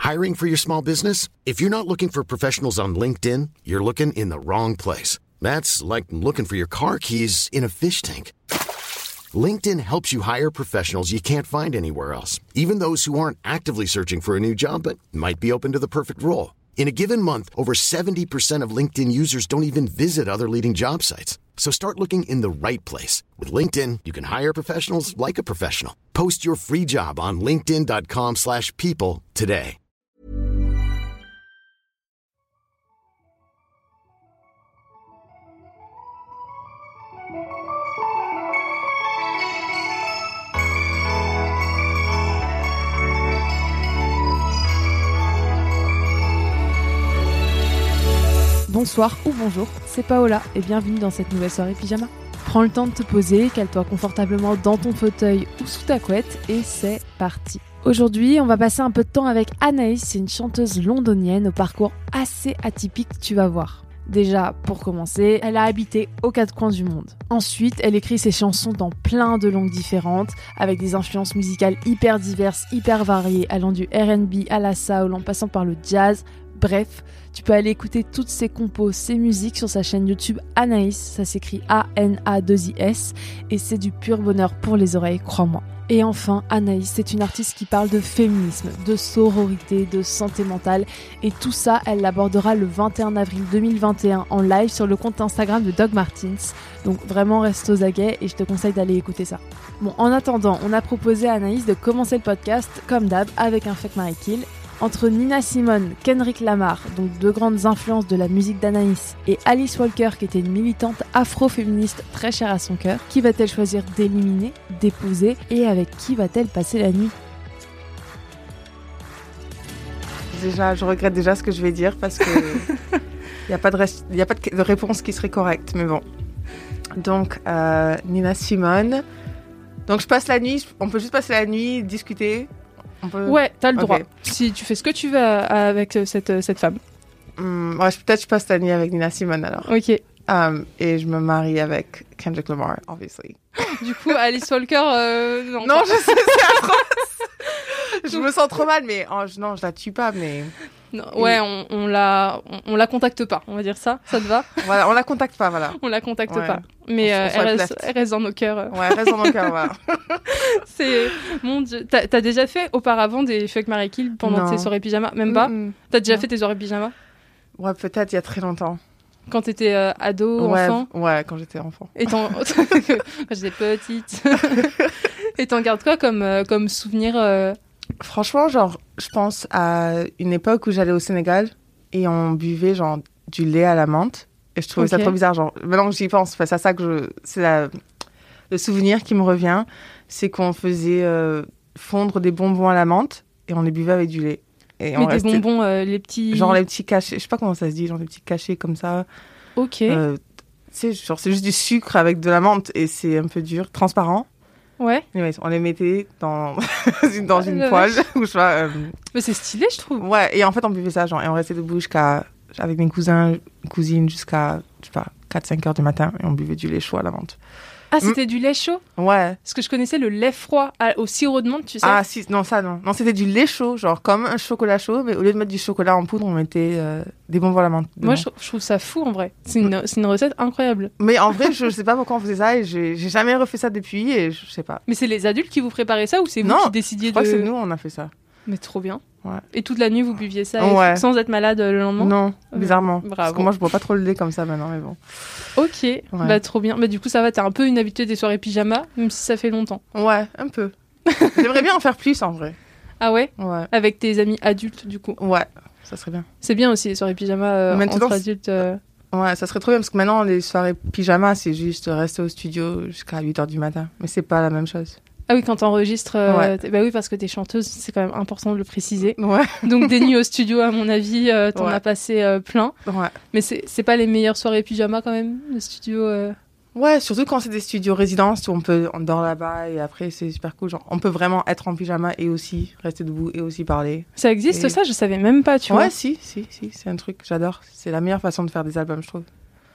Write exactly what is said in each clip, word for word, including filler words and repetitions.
Hiring for your small business? If you're not looking for professionals on LinkedIn, you're looking in the wrong place. That's like looking for your car keys in a fish tank. LinkedIn helps you hire professionals you can't find anywhere else, even those who aren't actively searching for a new job but might be open to the perfect role. In a given month, over seventy percent of LinkedIn users don't even visit other leading job sites. So start looking in the right place. With LinkedIn, you can hire professionals like a professional. Post your free job on linkedin.com slash people today. Bonsoir ou bonjour, c'est Paola et bienvenue dans cette nouvelle soirée pyjama. Prends le temps de te poser, cale-toi confortablement dans ton fauteuil ou sous ta couette et c'est parti. Aujourd'hui, on va passer un peu de temps avec Anaïs, c'est une chanteuse londonienne au parcours assez atypique, tu vas voir. Déjà, pour commencer, elle a habité aux quatre coins du monde. Ensuite, elle écrit ses chansons dans plein de langues différentes, avec des influences musicales hyper diverses, hyper variées, allant du R and B à la soul, en passant par le jazz. Bref, tu peux aller écouter toutes ses compos, ses musiques sur sa chaîne YouTube Anaïs, ça s'écrit A N A deux I S, et c'est du pur bonheur pour les oreilles, crois-moi. Et enfin, Anaïs, c'est une artiste qui parle de féminisme, de sororité, de santé mentale, et tout ça, elle l'abordera le vingt et un avril deux mille vingt et un en live sur le compte Instagram de Doc Martens, donc vraiment reste aux aguets et je te conseille d'aller écouter ça. Bon, en attendant, on a proposé à Anaïs de commencer le podcast, comme d'hab, avec un Fuck, Marry, Kill. Entre Nina Simone, Kendrick Lamar, donc deux grandes influences de la musique d'Anaïs, et Alice Walker, qui était une militante afro-féministe très chère à son cœur, qui va-t-elle choisir d'éliminer, d'épouser, et avec qui va-t-elle passer la nuit ? Déjà, je regrette déjà ce que je vais dire parce que il n'y a pas de rest... y a pas de réponse qui serait correcte, mais bon. Donc, euh, Nina Simone. Donc, je passe la nuit, on peut juste passer la nuit, discuter. Peut... Ouais, t'as le droit. Okay. Si tu fais ce que tu veux avec cette, cette femme. Hum, ouais, peut-être je passe la nuit avec Nina Simone alors. Ok. Um, et je me marie avec Kendrick Lamar, obviously. Du coup, Alice Walker, euh, non. Non, je sais, c'est atroce. Je me sens trop mal, mais oh, je, non, je la tue pas, mais. Non, ouais, on, on la, on, on la contacte pas, on va dire ça. Ça te va ? Voilà, on la contacte pas, voilà. On la contacte ouais. pas, mais euh, elle, reste, elle reste dans nos cœurs. Ouais, elle reste dans nos cœurs, voilà. C'est mon Dieu. T'as, t'as déjà fait auparavant des Fuck, Marry, Kill pendant non. tes soirées pyjama ? Même pas ? Mm-mm. T'as déjà non. fait tes soirées pyjama ? Ouais, peut-être il y a très longtemps. Quand t'étais euh, ado, ouais, enfant ? Ouais, quand j'étais enfant. Et t'en... quand j'étais petite. Et t'en gardes quoi comme, euh, comme souvenir euh... Franchement, genre, je pense à une époque où j'allais au Sénégal et on buvait genre du lait à la menthe. Et je trouvais okay. ça trop bizarre. Genre, maintenant que j'y pense, c'est à ça que je... C'est la... le souvenir qui me revient. C'est qu'on faisait euh, fondre des bonbons à la menthe et on les buvait avec du lait. Et Mais des restait... bonbons, euh, les petits... Genre les petits cachets, je sais pas comment ça se dit, genre des petits cachets comme ça. Ok. Euh, tu sais, genre c'est juste du sucre avec de la menthe et c'est un peu dur, transparent. Ouais. Anyways, on les mettait dans, dans une ah, poêle. Ou je sais pas, euh... Mais c'est stylé, je trouve. Ouais, et en fait on buvait ça, genre, et on restait debout jusqu'à, avec mes cousins, cousines, jusqu'à, je sais pas, quatre cinq heures du matin, et on buvait du lait chaud à la menthe. Ah, c'était mmh. du lait chaud ? Ouais. Parce que je connaissais le lait froid à, au sirop de menthe, tu sais. Ah, si, non, ça, non. Non, c'était du lait chaud, genre comme un chocolat chaud, mais au lieu de mettre du chocolat en poudre, on mettait euh, des bonbons à la menthe. Moi, je, je trouve ça fou, en vrai. C'est une, c'est une recette incroyable. Mais en vrai, je, je sais pas pourquoi on faisait ça, et j'ai, j'ai jamais refait ça depuis, et je sais pas. Mais c'est les adultes qui vous préparaient ça, ou c'est vous non, qui décidiez je crois de... que c'est nous, on a fait ça. Mais trop bien. Ouais. Et toute la nuit, vous buviez ça ouais. et sans être malade le lendemain ? Non, bizarrement. Bravo. Parce que moi, je bois pas trop le lait comme ça maintenant, mais bon. Ok, ouais. Bah trop bien. Bah du coup, ça va, t'es un peu une habituée des soirées pyjama, même si ça fait longtemps. Ouais, un peu. J'aimerais bien en faire plus, en vrai. Ah ouais ? Ouais. Avec tes amis adultes, du coup ? Ouais, ça serait bien. C'est bien aussi, les soirées pyjama euh, entre adultes. Euh... Ouais, ça serait trop bien, parce que maintenant, les soirées pyjama, c'est juste rester au studio jusqu'à huit heures du matin. Mais c'est pas la même chose. Ah oui, quand t'enregistres, euh, ouais. bah oui, parce que t'es chanteuse, c'est quand même important de le préciser. Ouais. Donc des nuits au studio, à mon avis, euh, t'en ouais. as passé euh, plein. Ouais. Mais c'est, c'est pas les meilleures soirées pyjama quand même, le studio. Euh... Ouais, surtout quand c'est des studios résidences où on peut, on dort là-bas et après c'est super cool. Genre, on peut vraiment être en pyjama et aussi rester debout et aussi parler. Ça existe et... ça, je savais même pas, tu ouais, vois. Ouais, si, si, si, c'est un truc, j'adore. C'est la meilleure façon de faire des albums, je trouve.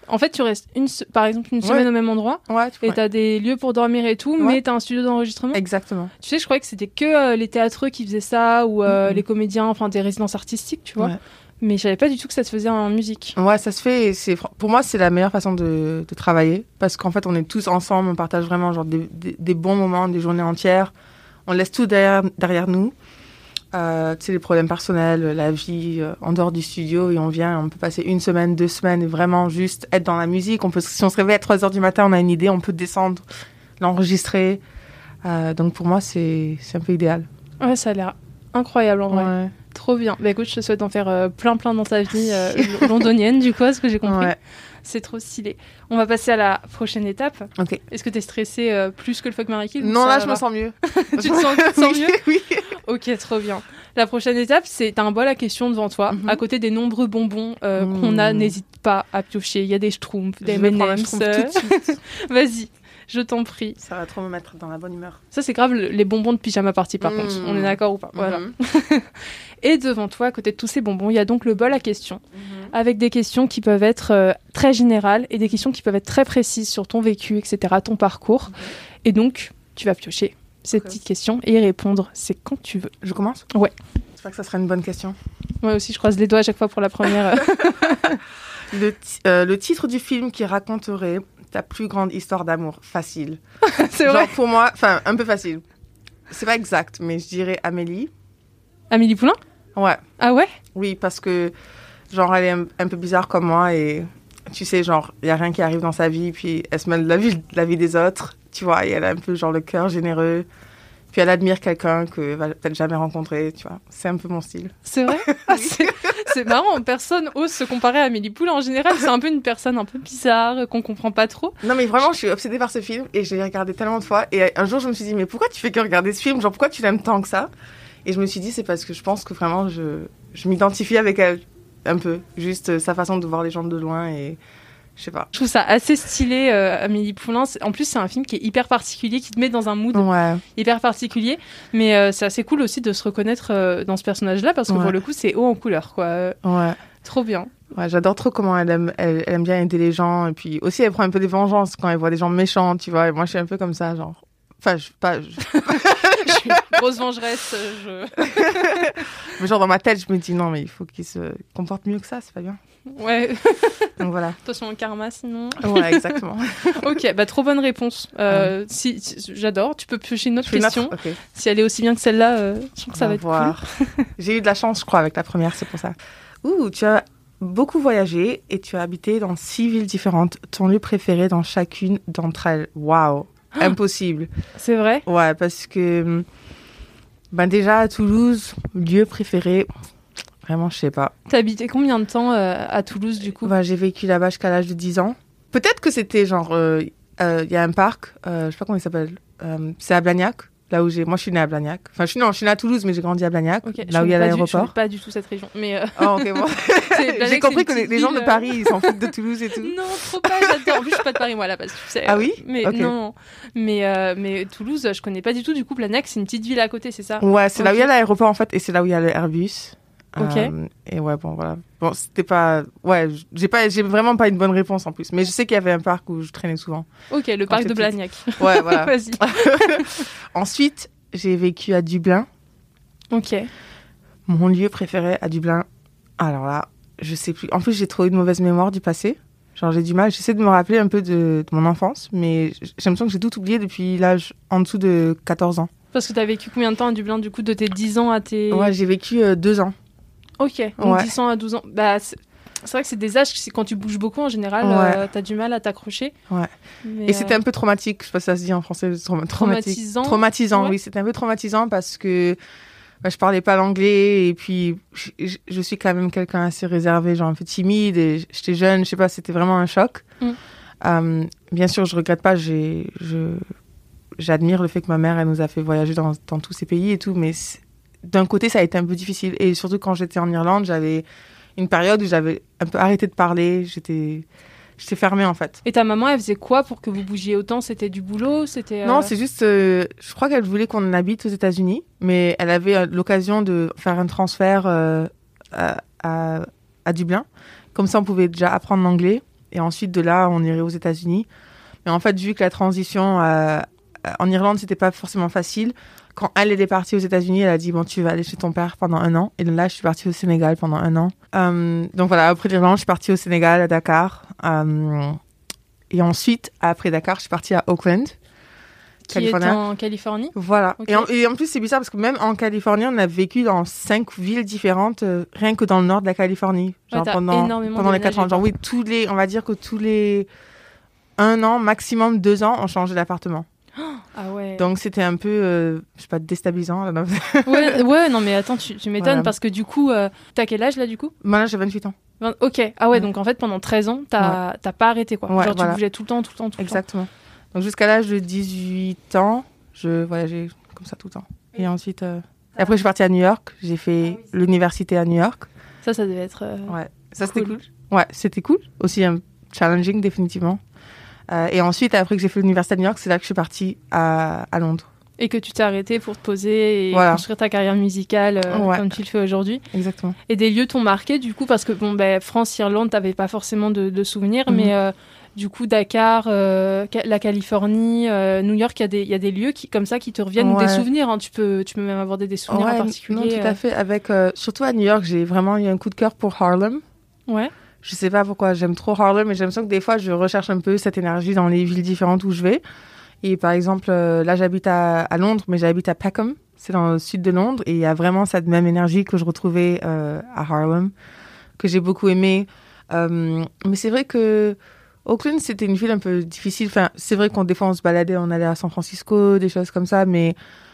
En fait, tu restes, une, par exemple, une semaine ouais. au même endroit. Ouais, tu et tu as des lieux pour dormir et tout, ouais. mais tu as un studio d'enregistrement. Exactement. Tu sais, je croyais que c'était que euh, les théâtreux qui faisaient ça, ou euh, mm-hmm. les comédiens, enfin des résidences artistiques, tu vois. Ouais. Mais je savais pas du tout que ça se faisait en musique. Ouais, ça se fait. Et c'est, pour moi, c'est la meilleure façon de, de travailler. Parce qu'en fait, on est tous ensemble, on partage vraiment genre, des, des, des bons moments, des journées entières. On laisse tout derrière, derrière nous. Euh, tu sais, les problèmes personnels, la vie euh, en dehors du studio. Et on vient, on peut passer une semaine, deux semaines et vraiment juste être dans la musique. On peut, si on se réveille à trois heures du matin, on a une idée, on peut descendre, l'enregistrer. Euh, donc pour moi, c'est, c'est un peu idéal. Ouais, ça a l'air incroyable en vrai. Ouais. Trop bien. Bah écoute, je te souhaite d'en faire euh, plein plein dans ta vie euh, londonienne du coup, ce que j'ai compris. Ouais. C'est trop stylé. On va passer à la prochaine étape. Ok. Est-ce que t'es stressée euh, plus que le Fuck Marry Kill? Non, là, je me sens mieux. tu te sens, tu te sens oui, mieux? Oui. Ok, trop bien. La prochaine étape, c'est t'as un bol à questions devant toi. Mm-hmm. À côté des nombreux bonbons euh, mm. qu'on a, n'hésite pas à piocher. Il y a des Schtroumpfs, des M and M's. Euh... tout de suite. Vas-y. Je t'en prie. Ça va trop me mettre dans la bonne humeur. Ça, c'est grave les bonbons de pyjama party, par mmh. contre. On est d'accord ou pas? Voilà. Mmh. Et devant toi, à côté de tous ces bonbons, il y a donc le bol à questions, mmh. avec des questions qui peuvent être euh, très générales et des questions qui peuvent être très précises sur ton vécu, et cetera, ton parcours. Mmh. Et donc, tu vas piocher ces okay. petites questions et y répondre. C'est quand tu veux. Je commence? Ouais. J'espère que ça sera une bonne question. Moi aussi, je croise les doigts à chaque fois pour la première. le, t- euh, le titre du film qui raconterait ta plus grande histoire d'amour, facile. C'est genre vrai. Pour moi, enfin un peu facile. C'est pas exact, mais je dirais Amélie. Amélie Poulain? Ouais. Ah ouais? Oui, parce que genre elle est un, un peu bizarre comme moi et tu sais genre il y a rien qui arrive dans sa vie puis elle se mêle de la vie, de la vie des autres, tu vois, et elle a un peu genre le cœur généreux. Puis elle admire quelqu'un qu'elle va peut-être jamais rencontrer, tu vois. C'est un peu mon style. C'est vrai? Ah, c'est, c'est marrant, personne ose se comparer à Amélie Poulain. En général, c'est un peu une personne un peu bizarre, qu'on comprend pas trop. Non, mais vraiment, je suis obsédée par ce film et je l'ai regardé tellement de fois. Et un jour, je me suis dit, mais pourquoi tu fais que regarder ce film? Genre, pourquoi tu l'aimes tant que ça? Et je me suis dit, c'est parce que je pense que vraiment, je, je m'identifie avec elle un peu. Juste sa façon de voir les gens de loin et... Je sais pas. Je trouve ça assez stylé, euh, Amélie Poulain. En plus, c'est un film qui est hyper particulier, qui te met dans un mood ouais. hyper particulier. Mais euh, c'est assez cool aussi de se reconnaître euh, dans ce personnage-là, parce que ouais. pour le coup, c'est haut en couleur, quoi. Ouais. Trop bien. Ouais, j'adore trop comment elle aime, elle, elle aime bien aider les gens. Et puis aussi, elle prend un peu des vengeances quand elle voit des gens méchants, tu vois. Et moi, je suis un peu comme ça, genre... Enfin, je pas... Je... je suis une grosse vengeresse. Je... mais genre, dans ma tête, je me dis, non, mais il faut qu'il se comporte mieux que ça, c'est pas bien. Ouais. Donc voilà. Attention au karma, sinon. Ouais, exactement. Ok, bah trop bonne réponse. Euh, ouais. si, si, j'adore. Tu peux piocher une autre question. Une autre okay. Si elle est aussi bien que celle-là, euh, je trouve que ça va, va être voir. Cool. J'ai eu de la chance, je crois, avec la première, c'est pour ça. Ouh, tu as beaucoup voyagé et tu as habité dans six villes différentes. Ton lieu préféré dans chacune d'entre elles. Waouh, impossible. C'est vrai? Ouais, parce que ben déjà à Toulouse, lieu préféré. Vraiment, je sais pas. T'as habité combien de temps euh, à Toulouse, du coup? Bah, j'ai vécu là-bas jusqu'à l'âge de dix ans. Peut-être que c'était genre... Il euh, euh, y a un parc, euh, je sais pas comment il s'appelle. Euh, c'est à Blagnac, là où j'ai... Moi, je suis née à Blagnac. Enfin, je suis, non, je suis née à Toulouse, mais j'ai grandi à Blagnac, okay, là où il y a l'aéroport. Du, je connais pas du tout cette région, mais... Euh... Oh, ok, bon. Blagnac, j'ai compris que les, les gens de Paris, ils s'en foutent de Toulouse et tout. Non, trop pas, j'adore. En plus, je suis pas de Paris, moi, à la base, tu sais. Ah oui? Mais okay. non, mais, euh, mais Toulouse, je connais pas du tout. Du coup, Blagnac, c'est une petite ville à côté, c'est ça? Ouais, c'est okay. Là où il y a l'aéroport, en fait, et c'est là où il y a le Airbus. Ok. Euh, et ouais, bon, voilà. Bon, c'était pas... Ouais, j'ai, pas... j'ai vraiment pas une bonne réponse en plus. Mais je sais qu'il y avait un parc où je traînais souvent. Ok, le parc de Blagnac. Ouais, voilà. Vas-y. Ensuite, j'ai vécu à Dublin. Ok. Mon lieu préféré à Dublin, alors là, je sais plus. En plus, j'ai trop eu de mauvaise mémoire du passé. Genre, j'ai du mal. J'essaie de me rappeler un peu de, de mon enfance. Mais j'ai l'impression que j'ai tout oublié depuis l'âge en dessous de quatorze ans. Parce que t'as vécu combien de temps à Dublin, du coup, de tes dix ans à tes... Ouais, j'ai vécu euh, deux ans. Ok, donc ouais. dix ans à douze ans. Bah, c'est, c'est vrai que c'est des âges, c'est quand tu bouges beaucoup, en général, ouais. euh, t'as du mal à t'accrocher. Ouais. Mais et euh... c'était un peu traumatique, je sais pas si ça se dit en français, trauma- traumatisant. Traumatisant, ouais. oui, c'était un peu traumatisant parce que bah, je parlais pas l'anglais et puis je, je suis quand même quelqu'un assez réservé, genre un peu timide et j'étais jeune, je sais pas, c'était vraiment un choc. Mm. Um, bien sûr, je regrette pas, j'ai, je, j'admire le fait que ma mère, elle nous a fait voyager dans, dans tous ces pays et tout, mais d'un côté, ça a été un peu difficile. Et surtout, quand j'étais en Irlande, j'avais une période où j'avais un peu arrêté de parler. J'étais, j'étais fermée, en fait. Et ta maman, elle faisait quoi pour que vous bougiez autant? C'était du boulot? C'était, euh... Non, c'est juste... Euh, je crois qu'elle voulait qu'on habite aux États-Unis, mais elle avait euh, l'occasion de faire un transfert euh, à, à, à Dublin. Comme ça, on pouvait déjà apprendre l'anglais. et ensuite, de là, on irait aux États-Unis. Mais en fait, vu que la transition euh, en Irlande, c'était pas forcément facile, quand elle, elle est partie aux États-Unis, elle a dit, bon, tu vas aller chez ton père pendant un an. Et là, je suis partie au Sénégal pendant un an. Euh, donc voilà, après l'Irlande, je suis partie au Sénégal, à Dakar. Euh, et ensuite, après Dakar, je suis partie à Oakland. Qui est en Californie. Voilà. Okay. Et, en, et en plus, c'est bizarre parce que même en Californie, on a vécu dans cinq villes différentes, euh, rien que dans le nord de la Californie. Genre ouais, pendant, pendant les quatre ans. Genre, oui, tous les, on va dire que tous les un an, maximum deux ans, on changeait d'appartement. Ah ouais. Donc, c'était un peu, euh, je sais pas, déstabilisant. ouais, ouais, non, mais attends, tu, tu m'étonnes voilà. Parce que du coup, euh, t'as quel âge là, du coup ? Moi, là, j'ai vingt-huit ans. vingt Ok. Ah ouais, ouais, donc en fait, pendant treize ans, t'as, ouais. t'as pas arrêté, quoi. Ouais, Genre, voilà. tu bougeais tout le temps, tout le temps, tout Exactement. le temps. Exactement. Donc, jusqu'à l'âge de dix-huit ans, je voyageais comme ça tout le temps. Et ensuite, euh... et après, je suis partie à New York. J'ai fait ah, oui, l'université à New York. Ça, ça devait être. Euh... Ouais, ça cool. c'était cool. Ouais, c'était cool. Aussi um, challenging, définitivement. Euh, et ensuite, après que j'ai fait l'université à New York, c'est là que je suis partie à, à Londres. Et que tu t'es arrêtée pour te poser et voilà. construire ta carrière musicale euh, ouais. comme tu le fais aujourd'hui. Exactement. Et des lieux t'ont marqué, du coup, parce que bon, ben, France, Irlande, t'avais pas forcément de, de souvenirs, mm-hmm. mais euh, du coup, Dakar, euh, la Californie, euh, New York, il y, y a des lieux qui, comme ça qui te reviennent, ouais. ou des souvenirs. Hein, tu, peux, tu peux même aborder des souvenirs ouais, en particulier. Non, tout à fait. Avec, euh, surtout à New York, j'ai vraiment eu un coup de cœur pour Harlem. Ouais. Je sais pas pourquoi, j'aime trop Harlem, mais j'ai l'impression que des fois, je recherche un peu cette énergie dans les villes différentes où je vais. Et par exemple, euh, là, j'habite à, à Londres, mais j'habite à Peckham, c'est dans le sud de Londres, et il y a vraiment cette même énergie que je retrouvais euh, à Harlem, que j'ai beaucoup aimé. Euh, mais c'est vrai que Auckland, c'était une ville un peu difficile. Enfin, c'est vrai qu'on des fois, on se baladait, on allait à San Francisco, des choses comme ça, mais...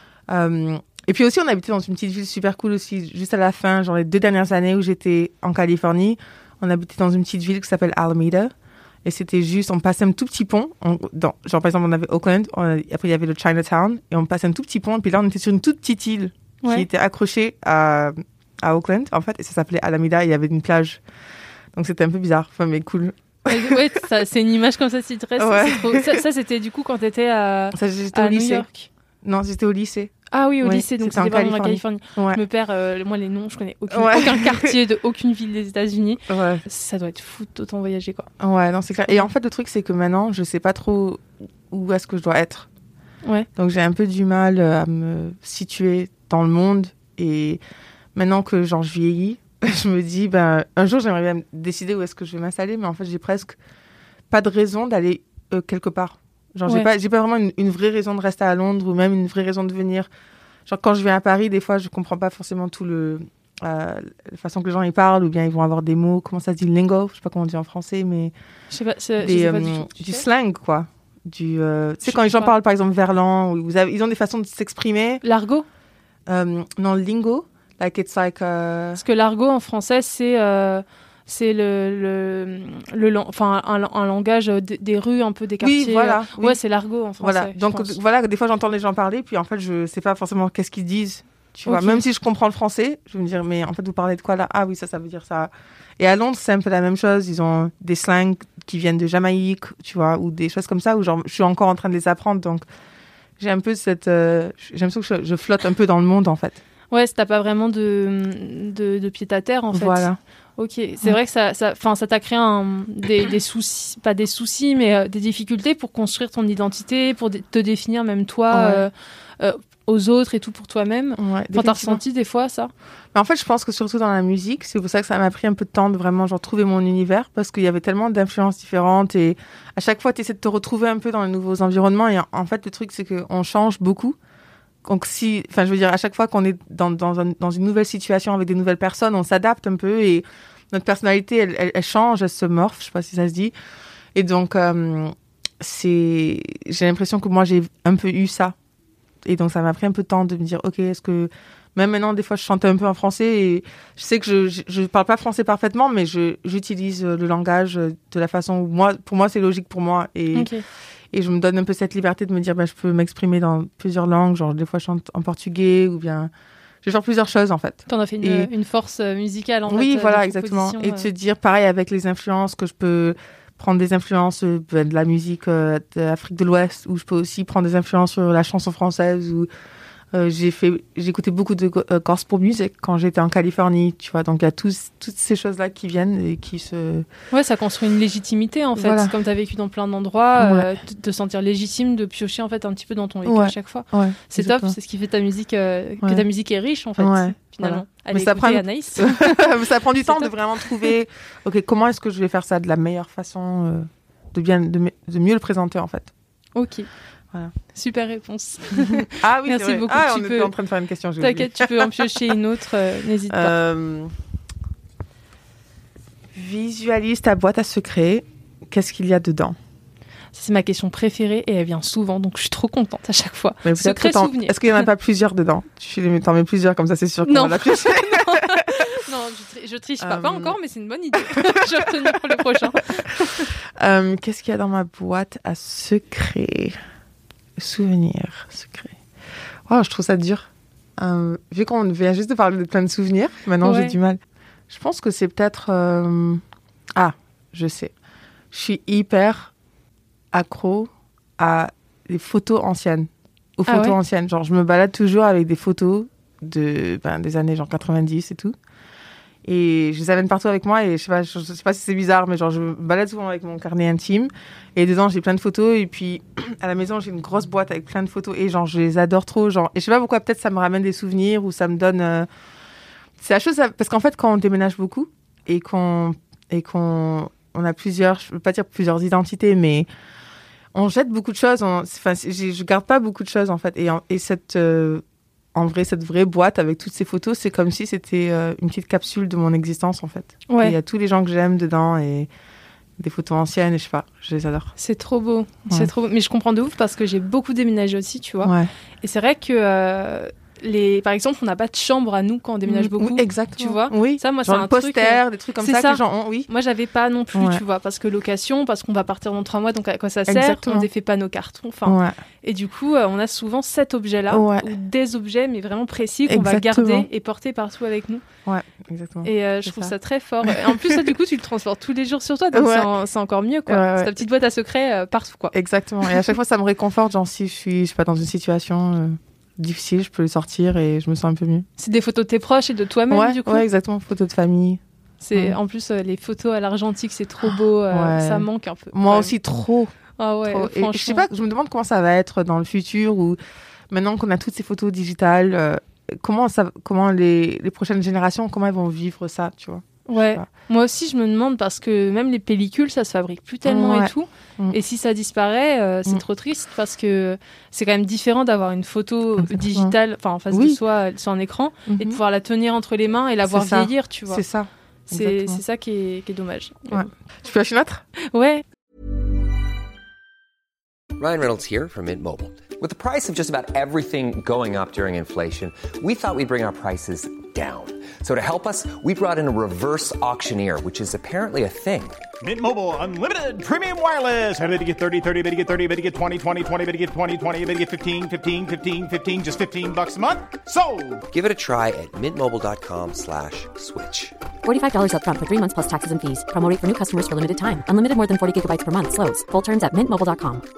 Euh, et puis aussi, on habitait dans une petite ville super cool aussi, juste à la fin, genre les deux dernières années où j'étais en Californie, on habitait dans une petite ville qui s'appelle Alameda. Et c'était juste, on passait un tout petit pont. On, dans, genre, par exemple, on avait Auckland, on, après il y avait le Chinatown, et on passait un tout petit pont, et puis là, on était sur une toute petite île ouais. qui était accrochée à, à Auckland, en fait, et ça s'appelait Alameda, et il y avait une plage. Donc c'était un peu bizarre, enfin, mais cool. Ouais, ça, c'est une image comme ça, si tu restes. Ouais. C'est trop... ça, ça, c'était du coup quand t'étais à, ça, j'étais à au New lycée. York. Non, j'étais au lycée. Ah oui, au oui, lycée, donc c'était, c'était en vraiment Californie. en Californie. Ouais. Je me perds, euh, moi les noms, je connais aucun, ouais. aucun quartier de aucune ville des États-Unis. Ouais. Ça doit être fou d'autant voyager, quoi. Ouais, non, c'est clair. Et en fait, le truc, c'est que maintenant, je sais pas trop où est-ce que je dois être. Ouais. Donc j'ai un peu du mal à me situer dans le monde. Et maintenant que genre, je vieillis, je me dis, ben, un jour, j'aimerais bien décider où est-ce que je vais m'installer, mais en fait, j'ai presque pas de raison d'aller euh, quelque part. Genre, ouais. j'ai pas, j'ai pas vraiment une, une vraie raison de rester à Londres ou même une vraie raison de venir. Genre, quand je viens à Paris, des fois, je comprends pas forcément tout le... Euh, la façon que les gens y parlent, ou bien ils vont avoir des mots, comment ça se dit, lingo, je sais pas comment on dit en français, mais... Je sais pas, c'est, des, je sais pas euh, du tout. Du slang, quoi. Du, euh, tu sais, quand les gens pas. parlent, par exemple, verlan, ou vous avez, ils ont des façons de s'exprimer. L'argot euh, Non, lingo. Like, it's like... Uh... Parce que l'argot, en français, c'est... Euh... C'est le, le, le, enfin, un, un langage des, des rues, un peu des quartiers. Oui, voilà. Oui. Ouais, c'est l'argot en français. Voilà. Donc, voilà, des fois, j'entends les gens parler, puis en fait, je sais pas forcément qu'est-ce qu'ils disent. Tu okay. vois, même si je comprends le français, je vais me dire, mais en fait, vous parlez de quoi là ? Ah oui, ça, ça veut dire ça. Et à Londres, c'est un peu la même chose. Ils ont des slangs qui viennent de Jamaïque, tu vois, ou des choses comme ça, où genre, je suis encore en train de les apprendre. Donc, j'ai un peu cette. Euh, j'ai l'impression que je, je flotte un peu dans le monde, en fait. Ouais, t'as pas vraiment de, de, de pied à terre, en fait. Voilà. Ok, c'est ouais. vrai que ça, ça, ça t'a créé un, des, des soucis, pas des soucis, mais euh, des difficultés pour construire ton identité, pour d- te définir même toi ouais. euh, euh, aux autres et tout pour toi-même. Ouais, enfin, t'as ressenti des fois ça ? Mais en fait, je pense que surtout dans la musique, c'est pour ça que ça m'a pris un peu de temps de vraiment genre, trouver mon univers, parce qu'il y avait tellement d'influences différentes et à chaque fois, tu essaies de te retrouver un peu dans les nouveaux environnements et en fait, le truc, c'est qu'on change beaucoup. Donc, si, enfin, je veux dire, à chaque fois qu'on est dans, dans, un, dans une nouvelle situation avec des nouvelles personnes, on s'adapte un peu et notre personnalité, elle, elle, elle change, elle se morphe, je sais pas si ça se dit. Et donc, euh, c'est, j'ai l'impression que moi, j'ai un peu eu ça. Et donc, ça m'a pris un peu de temps de me dire, OK, est-ce que, même maintenant, des fois, je chante un peu en français et je sais que je, je, je parle pas français parfaitement, mais je, j'utilise le langage de la façon où moi, pour moi, c'est logique pour moi. Et, okay. Et je me donne un peu cette liberté de me dire, bah, je peux m'exprimer dans plusieurs langues. Genre, des fois, je chante en portugais ou bien... Je vais faire plusieurs choses, en fait. T'en as fait une, et... une force musicale, en oui, fait. Oui, voilà, exactement. Et de se dire, pareil, avec les influences, que je peux prendre des influences euh, de la musique euh, de l'Afrique de l'Ouest, ou je peux aussi prendre des influences sur la chanson française ou Euh, j'ai fait, j'ai écouté beaucoup de euh, gospel music quand j'étais en Californie, tu vois. Donc il y a tous, toutes ces choses-là qui viennent et qui se. Ouais, ça construit une légitimité en fait. Voilà. Comme tu as vécu dans plein d'endroits, ouais. euh, de te sentir légitime, de piocher en fait un petit peu dans ton vécu ouais. à chaque fois. Ouais, c'est exactement. Top, c'est ce qui fait ta musique, euh, ouais. que ta musique est riche en fait. Ouais. Finalement. Voilà. Mais ça prend, Anaïs. ça prend du temps top. De vraiment trouver. Ok, comment est-ce que je vais faire ça de la meilleure façon, euh, de bien, de, de mieux le présenter en fait. Ok. Voilà. Super réponse. Ah oui, merci beaucoup. Ah, tu on peux... était en train de faire une question. T'inquiète, tu peux en piocher une autre. Euh, n'hésite pas. Euh... Visualise ta boîte à secrets. Qu'est-ce qu'il y a dedans? C'est ma question préférée et elle vient souvent, donc je suis trop contente à chaque fois. Mais secret souvenir. Est-ce qu'il n'y en a pas plusieurs dedans? Tu t'en mets plusieurs comme ça, c'est sûr qu'on va la piocher. Non, je, tri- je triche pas. Um... Pas encore, mais c'est une bonne idée. Je vais retenir pour le prochain. um, qu'est-ce qu'il y a dans ma boîte à secrets? Souvenirs, secrets. Wow, je trouve ça dur. Um, vu qu'on vient juste de parler de plein de souvenirs, maintenant ouais. j'ai du mal. Je pense que c'est peut-être... Euh... Ah, je sais. Je suis hyper accro à les photos anciennes. Aux photos ah ouais? anciennes. Genre, je me balade toujours avec des photos de, ben, des années genre quatre-vingt-dix et tout. Et je les amène partout avec moi et je sais pas, je, je sais pas si c'est bizarre, mais genre je me balade souvent avec mon carnet intime et dedans j'ai plein de photos et puis à la maison j'ai une grosse boîte avec plein de photos et genre je les adore trop, genre, et je sais pas pourquoi, peut-être ça me ramène des souvenirs ou ça me donne... Euh... C'est la chose, parce qu'en fait quand on déménage beaucoup et qu'on, et qu'on on a plusieurs, je veux pas dire plusieurs identités, mais on jette beaucoup de choses, on, enfin, je garde pas beaucoup de choses en fait, et, et cette... Euh, En vrai, cette vraie boîte avec toutes ces photos, c'est comme si c'était euh, une petite capsule de mon existence, en fait. Ouais. Il y a tous les gens que j'aime dedans et des photos anciennes, et je sais pas, je les adore. C'est trop beau. Ouais. C'est trop beau. Mais je comprends de ouf parce que j'ai beaucoup déménagé aussi, tu vois. Ouais. Et c'est vrai que, euh, les... par exemple, on n'a pas de chambre à nous quand on déménage beaucoup. Oui, exactement. Tu vois. Oui. Ça, moi, genre c'est un poster, truc. Euh... des trucs comme ça, ça que les gens ont, oui. Moi, j'avais pas non plus, ouais. tu vois, parce que location, parce qu'on va partir dans trois mois, donc à quoi ça sert? Exactement. On défait pas nos cartons. Enfin. Ouais. Et du coup, euh, on a souvent cet objet-là, ouais. ou des objets, mais vraiment précis, qu'on exactement. va garder et porter partout avec nous. Ouais, exactement. Et euh, je trouve ça. ça très fort. Et en plus, ça, du coup, tu le transportes tous les jours sur toi, donc ouais. c'est, en, c'est encore mieux, quoi. Ouais, ouais. C'est ta petite boîte à secrets euh, partout, quoi. Exactement. Et à chaque fois, ça me réconforte, genre si je suis, je sais pas, dans une situation euh, difficile, je peux le sortir et je me sens un peu mieux. C'est des photos de tes proches et de toi-même, ouais, du coup. Ouais, exactement. Photos de famille. C'est, ouais. En plus, euh, les photos à l'argentique, c'est trop beau. Euh, ouais. Ça manque un peu. Moi ouais. aussi, trop. Ah ouais, trop. Et je sais pas, je me demande comment ça va être dans le futur ou maintenant qu'on a toutes ces photos digitales, euh, comment ça, comment les, les prochaines générations, comment elles vont vivre ça, tu vois. Ouais. Moi aussi, je me demande parce que même les pellicules, ça se fabrique plus tellement ouais. et tout. Mm. Et si ça disparaît, euh, c'est mm. trop triste parce que c'est quand même différent d'avoir une photo exactement. digitale, enfin en face oui. de soi, sur un écran, mm-hmm. et de pouvoir la tenir entre les mains et la voir vieillir, tu vois. C'est ça. C'est, c'est ça qui est, qui est dommage. Ouais. Tu peux acheter une autre? Ouais. Ryan Reynolds here from Mint Mobile. With the price of just about everything going up during inflation, we thought we'd bring our prices down. So to help us, we brought in a reverse auctioneer, which is apparently a thing. Mint Mobile Unlimited Premium Wireless. How to get thirty, thirty, how to get thirty, how to get twenty, twenty, twenty, how to get twenty, twenty, how to get fifteen, fifteen, fifteen, fifteen, just fifteen bucks a month? Sold! Give it a try at mintmobile.com slash switch. forty-five dollars up front for three months plus taxes and fees. Promo rate for new customers for limited time. Unlimited more than forty gigabytes per month. Slows full terms at mint mobile dot com.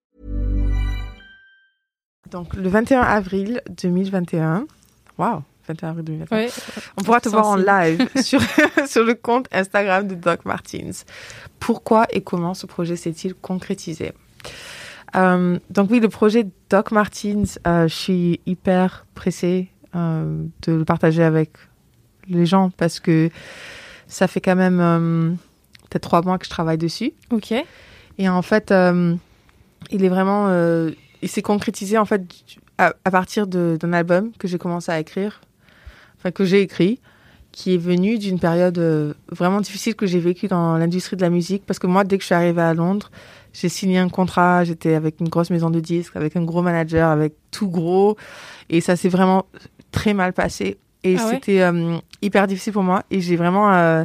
Donc, le vingt et un avril deux mille vingt et un, waouh, vingt et un avril deux mille vingt et un, ouais, on pourra te voir en live sur, sur le compte Instagram de Doc Martens. Pourquoi et comment ce projet s'est-il concrétisé? euh, Donc oui, le projet Doc Martens, euh, je suis hyper pressée euh, de le partager avec les gens parce que ça fait quand même euh, peut-être trois mois que je travaille dessus. Ok. Et en fait, euh, il est vraiment... Euh, il s'est concrétisé en fait à, à partir de, d'un album que j'ai commencé à écrire, enfin que j'ai écrit, qui est venu d'une période euh, vraiment difficile que j'ai vécue dans l'industrie de la musique. Parce que moi, dès que je suis arrivée à Londres, j'ai signé un contrat, j'étais avec une grosse maison de disques, avec un gros manager, avec tout gros, et ça s'est vraiment très mal passé. Et ah c'était ouais euh, hyper difficile pour moi. Et j'ai vraiment, euh,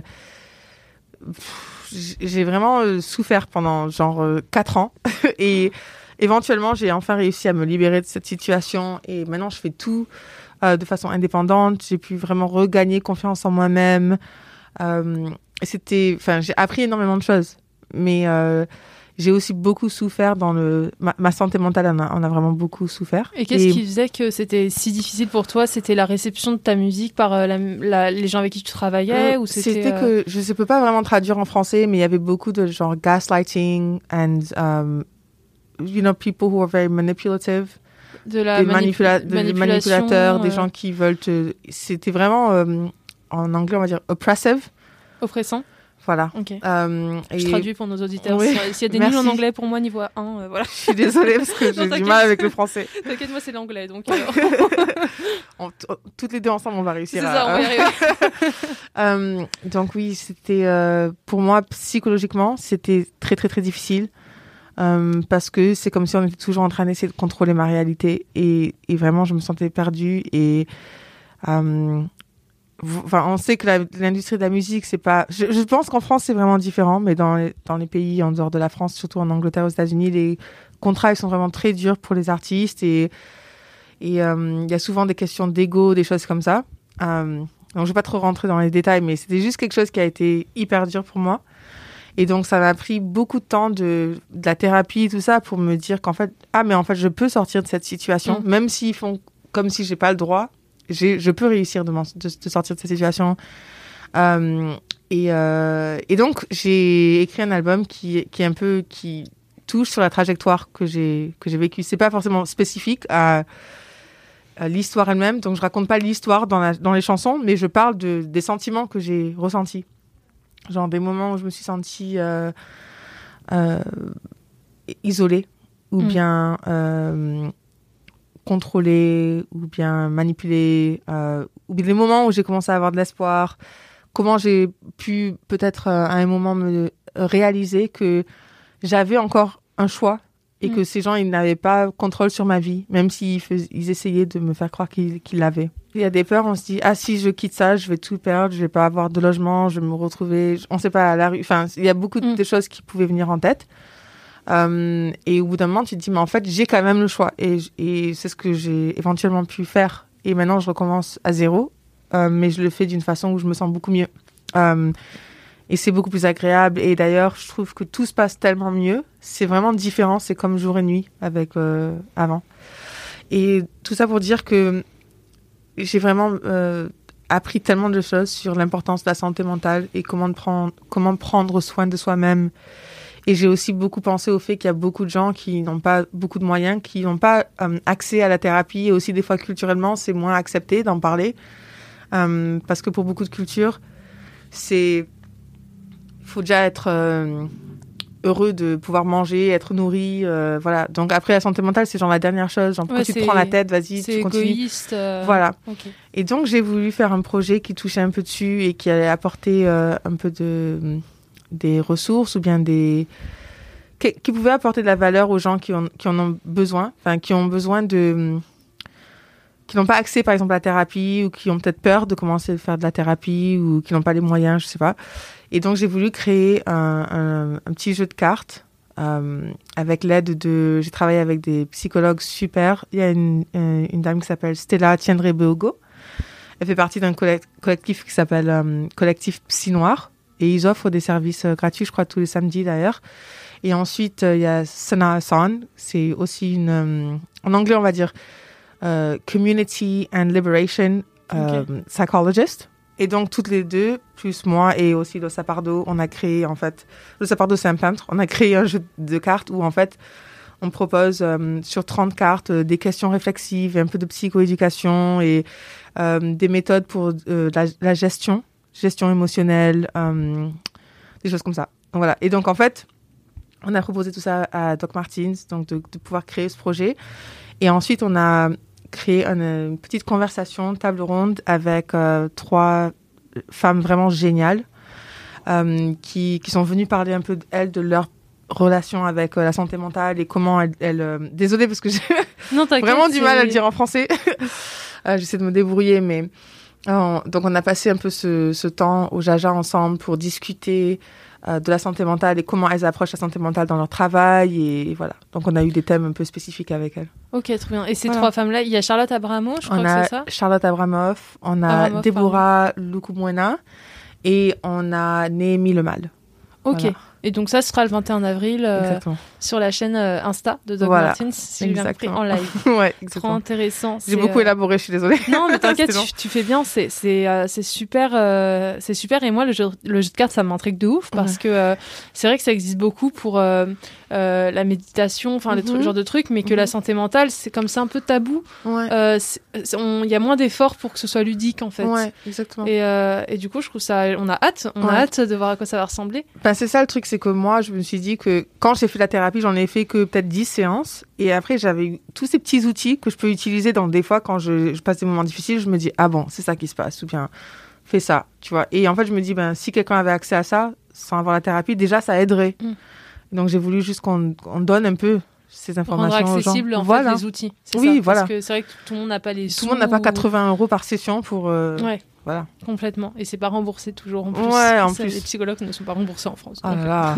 j'ai vraiment euh, souffert pendant genre euh, quatre ans. Et éventuellement, j'ai enfin réussi à me libérer de cette situation et maintenant, je fais tout euh, de façon indépendante. J'ai pu vraiment regagner confiance en moi-même. Euh, c'était, enfin, j'ai appris énormément de choses. Mais euh, j'ai aussi beaucoup souffert dans le... Ma, ma santé mentale en a, en a vraiment beaucoup souffert. Et qu'est-ce et... qui faisait que c'était si difficile pour toi ? C'était la réception de ta musique par euh, la, la, les gens avec qui tu travaillais euh, ou c'était, c'était euh... que, je ne peux pas vraiment traduire en français, mais il y avait beaucoup de genre gaslighting and, um, you know, people who are very manipulative. De la des, manipula- manipula- des manipulateurs, euh... des gens qui veulent te... C'était vraiment, euh, en anglais, on va dire oppressive. Oppressant. Voilà. Okay. Euh, je et... traduis pour nos auditeurs. Oui. S'il y a des nuls en anglais, pour moi, niveau un, euh, voilà. Je suis désolée parce que j'ai non, du mal avec le français. T'inquiète, moi, c'est l'anglais. Donc, euh... on, t- toutes les deux ensemble, on va réussir c'est à... ça, on va y arriver. euh, donc oui, c'était... Euh, pour moi, psychologiquement, c'était très, très, très difficile. Euh, parce que c'est comme si on était toujours en train d'essayer de contrôler ma réalité. Et, et vraiment, je me sentais perdue. Et... Euh, Enfin, on sait que la, l'industrie de la musique, c'est pas... Je, je pense qu'en France, c'est vraiment différent, mais dans les, dans les pays en dehors de la France, surtout en Angleterre, aux États-Unis, les contrats, ils sont vraiment très durs pour les artistes et il euh, y a souvent des questions d'ego, des choses comme ça. Euh, donc, je vais pas trop rentrer dans les détails, mais c'était juste quelque chose qui a été hyper dur pour moi. Et donc, ça m'a pris beaucoup de temps de, de la thérapie et tout ça pour me dire qu'en fait, ah, mais en fait, je peux sortir de cette situation, mmh. même s'ils font comme si j'ai pas le droit. J'ai, je peux réussir de, de, de sortir de cette situation. Euh, et, euh, et donc, j'ai écrit un album qui, qui est un peu, qui touche sur la trajectoire que j'ai, que j'ai vécue. C'est pas forcément spécifique à, à l'histoire elle-même. Donc, je raconte pas l'histoire dans, la, dans les chansons, mais je parle de, des sentiments que j'ai ressentis. Genre des moments où je me suis sentie euh, euh, isolée ou mmh. bien... Euh, contrôler ou bien manipuler, euh, ou bien les moments où j'ai commencé à avoir de l'espoir, comment j'ai pu peut-être euh, à un moment me réaliser que j'avais encore un choix et mmh. que ces gens, ils n'avaient pas contrôle sur ma vie, même s'ils fais, ils essayaient de me faire croire qu'ils, qu'ils l'avaient. Il y a des peurs, on se dit, ah si je quitte ça, je vais tout perdre, je vais pas avoir de logement, je vais me retrouver, on sait pas, à la rue, enfin, il y a beaucoup mmh. de choses qui pouvaient venir en tête. Euh, et au bout d'un moment, tu te dis, mais en fait, j'ai quand même le choix. Et, et c'est ce que j'ai éventuellement pu faire. Et maintenant, je recommence à zéro. Euh, mais je le fais d'une façon où je me sens beaucoup mieux. Euh, et c'est beaucoup plus agréable. Et d'ailleurs, je trouve que tout se passe tellement mieux. C'est vraiment différent. C'est comme jour et nuit avec euh, avant. Et tout ça pour dire que j'ai vraiment euh, appris tellement de choses sur l'importance de la santé mentale et comment, de prendre, comment prendre soin de soi-même. Et j'ai aussi beaucoup pensé au fait qu'il y a beaucoup de gens qui n'ont pas beaucoup de moyens, qui n'ont pas euh, accès à la thérapie. Et aussi, des fois, culturellement, c'est moins accepté d'en parler. Euh, parce que pour beaucoup de cultures, c'est... il faut déjà être euh, heureux de pouvoir manger, être nourri. Euh, voilà. Donc après, la santé mentale, c'est genre la dernière chose. Genre, pourquoi ouais, tu te prends la tête, vas-y, tu continues. C'est égoïste. Euh... Voilà. Okay. Et donc, j'ai voulu faire un projet qui touchait un peu dessus et qui allait apporter euh, un peu de... des ressources ou bien des... qui, qui pouvaient apporter de la valeur aux gens qui, ont, qui en ont besoin, enfin, qui ont besoin de... qui n'ont pas accès, par exemple, à la thérapie ou qui ont peut-être peur de commencer à faire de la thérapie ou qui n'ont pas les moyens, je sais pas. Et donc, j'ai voulu créer un, un, un petit jeu de cartes euh, avec l'aide de... J'ai travaillé avec des psychologues super. Il y a une, une, une dame qui s'appelle Stella Tiendre-Beogo. Elle fait partie d'un collectif qui s'appelle euh, Collectif Psy Noir. Et ils offrent des services euh, gratuits, je crois, tous les samedis d'ailleurs. Et ensuite, il euh, y a Sana Hassan. C'est aussi une... Euh, en anglais, on va dire euh, Community and Liberation euh, okay. Psychologist. Et donc, toutes les deux, plus moi et aussi Losa Pardo, on a créé, en fait... Losa Pardo, c'est un peintre. On a créé un jeu de cartes où, en fait, on propose euh, sur trente cartes euh, des questions réflexives, un peu de psychoéducation et euh, des méthodes pour euh, la, la gestion. gestion émotionnelle, euh, des choses comme ça. Donc, voilà. Et donc, en fait, on a proposé tout ça à Doc Martens, donc de, de pouvoir créer ce projet. Et ensuite, on a créé une, une petite conversation, table ronde, avec euh, trois femmes vraiment géniales euh, qui, qui sont venues parler un peu d'elles, de leur relation avec euh, la santé mentale et comment elles... elles euh... Désolée, parce que j'ai non, vraiment du mal à le dire en français. euh, j'essaie de me débrouiller, mais... Alors, donc, on a passé un peu ce, ce temps au Jaja ensemble pour discuter euh, de la santé mentale et comment elles approchent la santé mentale dans leur travail. Et, et voilà. Donc, on a eu des thèmes un peu spécifiques avec elles. Ok, très bien. Et ces voilà. trois femmes-là, il y a Charlotte Abramoff, je crois on que a c'est ça Charlotte Abramoff, on a Abramoff, Deborah Lukumwena et on a Néhémie Lemal. Ok. Voilà. Et donc ça, ce sera le vingt et un avril euh, sur la chaîne euh, Insta de Doc voilà. Martens, Sylvain Pré en live. Ouais, trop intéressant. J'ai beaucoup euh... élaboré, je suis désolée. Non, mais t'inquiète, tu, tu fais bien. C'est c'est euh, c'est super, euh, c'est super. Et moi, le jeu le jeu de cartes, ça m'intrigue de ouf parce ouais. que euh, c'est vrai que ça existe beaucoup pour euh, euh, la méditation, enfin mm-hmm. ce genre de trucs, mais que mm-hmm. la santé mentale, c'est comme c'est un peu tabou. Ouais. Euh, il y a moins d'efforts pour que ce soit ludique en fait. Ouais, exactement. Et, euh, et du coup, je trouve ça, on a hâte, on ouais. a hâte de voir à quoi ça va ressembler. Ben, c'est ça le truc, c'est que moi, je me suis dit que quand j'ai fait la thérapie, j'en ai fait que peut-être dix séances. Et après, j'avais eu tous ces petits outils que je peux utiliser dans des fois quand je, je passe des moments difficiles. Je me dis, ah bon, c'est ça qui se passe. Ou bien, fais ça, tu vois. Et en fait, je me dis, ben, si quelqu'un avait accès à ça, sans avoir la thérapie, déjà, ça aiderait. Mm. Donc, j'ai voulu juste qu'on, qu'on donne un peu ces informations rendre accessible, aux gens. En voilà. fait, les outils. C'est oui, ça, voilà. Parce que c'est vrai que tout le monde n'a pas les sous. Tout le monde n'a pas quatre-vingts euros par session pour... Euh, ouais. Voilà. Complètement. Et c'est pas remboursé toujours en plus. Ouais, en ça, plus. Les psychologues ne sont pas remboursés en France. Oh là là.